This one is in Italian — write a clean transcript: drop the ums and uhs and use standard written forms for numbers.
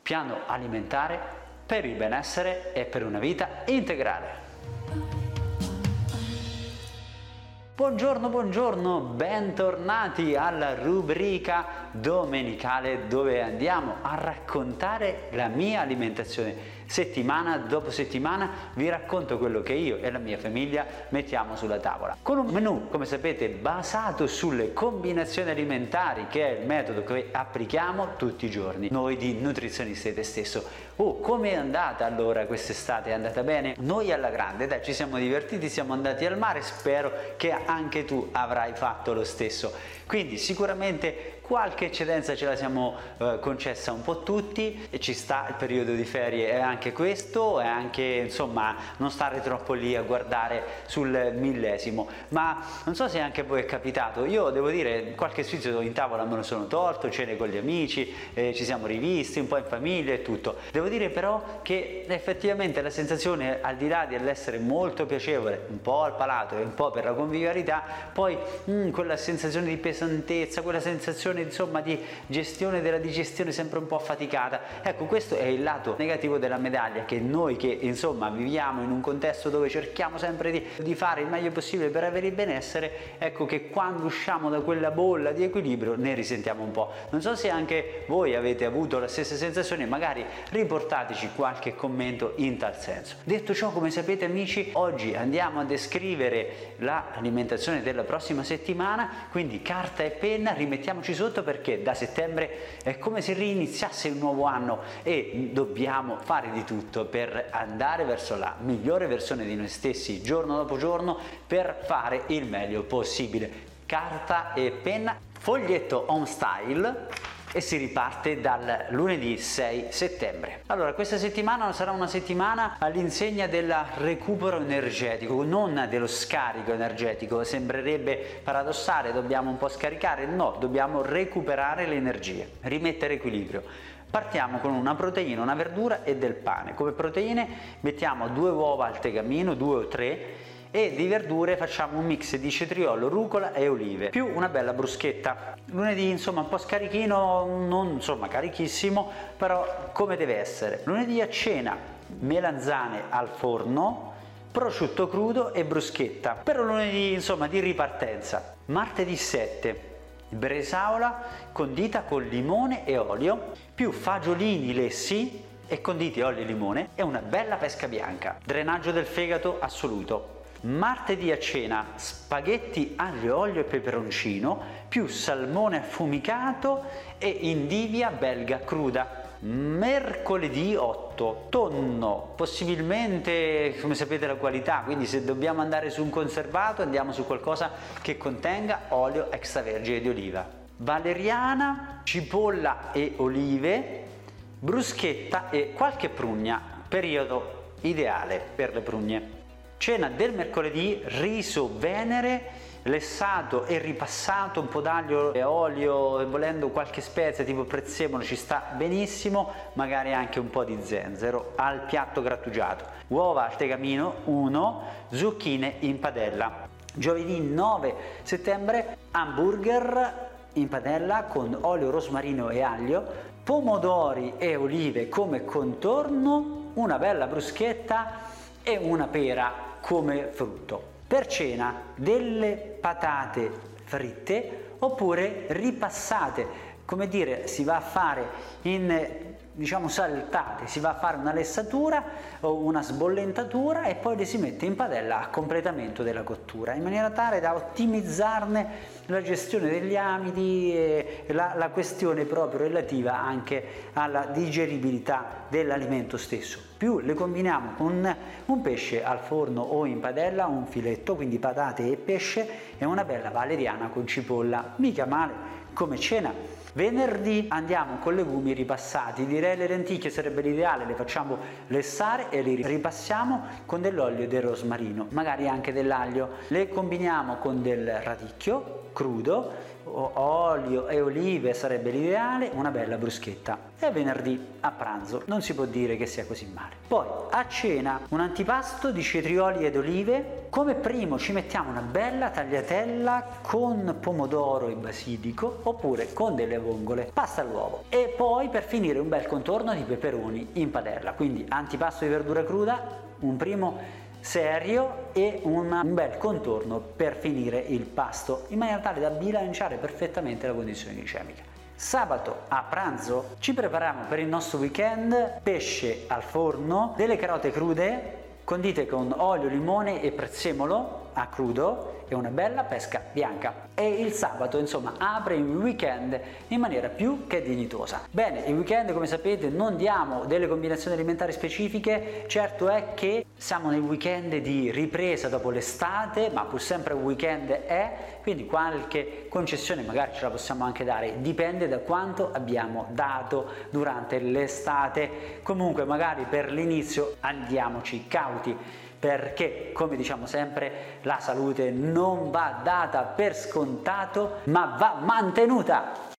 piano alimentare per il benessere e per una vita integrale. Buongiorno, bentornati alla rubrica domenicale dove andiamo a raccontare la mia alimentazione. Settimana dopo settimana vi racconto quello che io e la mia famiglia mettiamo sulla tavola. Con un menù, come sapete, basato sulle combinazioni alimentari, che è il metodo che applichiamo tutti i giorni, noi di Nutrizionisti Te Stesso. Come è andata allora quest'estate? È andata bene? Noi alla grande, dai, ci siamo divertiti, siamo andati al mare, spero che anche tu avrai fatto lo stesso. Quindi sicuramente qualche eccedenza ce la siamo concessa un po' tutti, e ci sta, il periodo di ferie è anche questo, e anche insomma non stare troppo lì a guardare sul millesimo. Ma non so se anche a voi è capitato, io devo dire qualche sfizio in tavola me lo sono tolto, cene con gli amici, ci siamo rivisti un po' in famiglia e tutto. Devo dire però che effettivamente la sensazione, al di là dell'essere molto piacevole, un po' al palato e un po' per la convivialità, poi quella sensazione di pesantezza, quella sensazione insomma di gestione della digestione sempre un po' affaticata. Ecco, questo è il lato negativo della medaglia, che noi che insomma viviamo in un contesto dove cerchiamo sempre di fare il meglio possibile per avere il benessere, ecco che quando usciamo da quella bolla di equilibrio ne risentiamo un po'. Non so se anche voi avete avuto la stessa sensazione, magari riportateci qualche commento in tal senso. Detto ciò, come sapete amici, oggi andiamo a descrivere l'alimentazione della prossima settimana, quindi carta e penna, rimettiamoci sotto, perché da settembre è come se riniziasse un nuovo anno e dobbiamo fare di tutto per andare verso la migliore versione di noi stessi giorno dopo giorno, per fare il meglio possibile. Carta e penna, foglietto home style, e si riparte dal lunedì 6 settembre. Allora, questa settimana sarà una settimana all'insegna del recupero energetico, non dello scarico energetico. Sembrerebbe paradossale, dobbiamo un po' scaricare, no, dobbiamo recuperare le energie, rimettere equilibrio. Partiamo con una proteina, una verdura e del pane. Come proteine mettiamo 2 uova al tegamino, 2 o 3, e di verdure facciamo un mix di cetriolo, rucola e olive, più una bella bruschetta. Lunedì insomma un po' scarichino, non insomma carichissimo, però come deve essere. Lunedì a cena melanzane al forno, prosciutto crudo e bruschetta, per un lunedì insomma di ripartenza. Martedì 7 bresaola condita con limone e olio, più fagiolini lessi e conditi olio e limone, e una bella pesca bianca. Drenaggio del fegato assoluto. Martedì a cena spaghetti aglio, olio e peperoncino, più salmone affumicato e indivia belga cruda. Mercoledì 8 tonno, possibilmente, come sapete, la qualità, quindi se dobbiamo andare su un conservato andiamo su qualcosa che contenga olio extravergine di oliva. Valeriana, cipolla e olive, bruschetta e qualche prugna, periodo ideale per le prugne. Cena del mercoledì, riso venere, lessato e ripassato, un po' d'aglio e olio, e volendo qualche spezia tipo prezzemolo ci sta benissimo, magari anche un po' di zenzero al piatto grattugiato. Uova al tegamino 1, zucchine in padella. Giovedì 9 settembre hamburger in padella con olio, rosmarino e aglio, pomodori e olive come contorno, una bella bruschetta e una pera come frutto. Per cena delle patate fritte oppure ripassate, come dire, si va a fare saltate, si va a fare una lessatura o una sbollentatura e poi le si mette in padella a completamento della cottura, in maniera tale da ottimizzarne la gestione degli amidi e la questione proprio relativa anche alla digeribilità dell'alimento stesso. Più le combiniamo con un pesce al forno o in padella, un filetto, quindi patate e pesce, e una bella valeriana con cipolla, mica male come cena. Venerdì andiamo con legumi ripassati, direi le lenticchie sarebbe l'ideale, le facciamo lessare e le ripassiamo con dell'olio e del rosmarino, magari anche dell'aglio. Le combiniamo con del radicchio crudo, olio e olive sarebbe l'ideale, una bella bruschetta. E venerdì a pranzo non si può dire che sia così male. Poi a cena un antipasto di cetrioli ed olive. Come primo ci mettiamo una bella tagliatella con pomodoro e basilico oppure con delle vongole, pasta all'uovo, e poi per finire un bel contorno di peperoni in padella. Quindi antipasto di verdura cruda, un primo serio e un bel contorno per finire il pasto, in maniera tale da bilanciare perfettamente la condizione glicemica. Sabato a pranzo ci prepariamo per il nostro weekend pesce al forno, delle carote crude condite con olio, limone e prezzemolo a crudo e una bella pesca bianca. E il sabato insomma apre il weekend in maniera più che dignitosa. Bene, il weekend, come sapete, non diamo delle combinazioni alimentari specifiche. Certo è che siamo nel weekend di ripresa dopo l'estate, ma pur sempre un weekend è, quindi qualche concessione magari ce la possiamo anche dare, dipende da quanto abbiamo dato durante l'estate. Comunque magari per l'inizio andiamoci cauti, perché come diciamo sempre la salute non va data per scontato ma va mantenuta.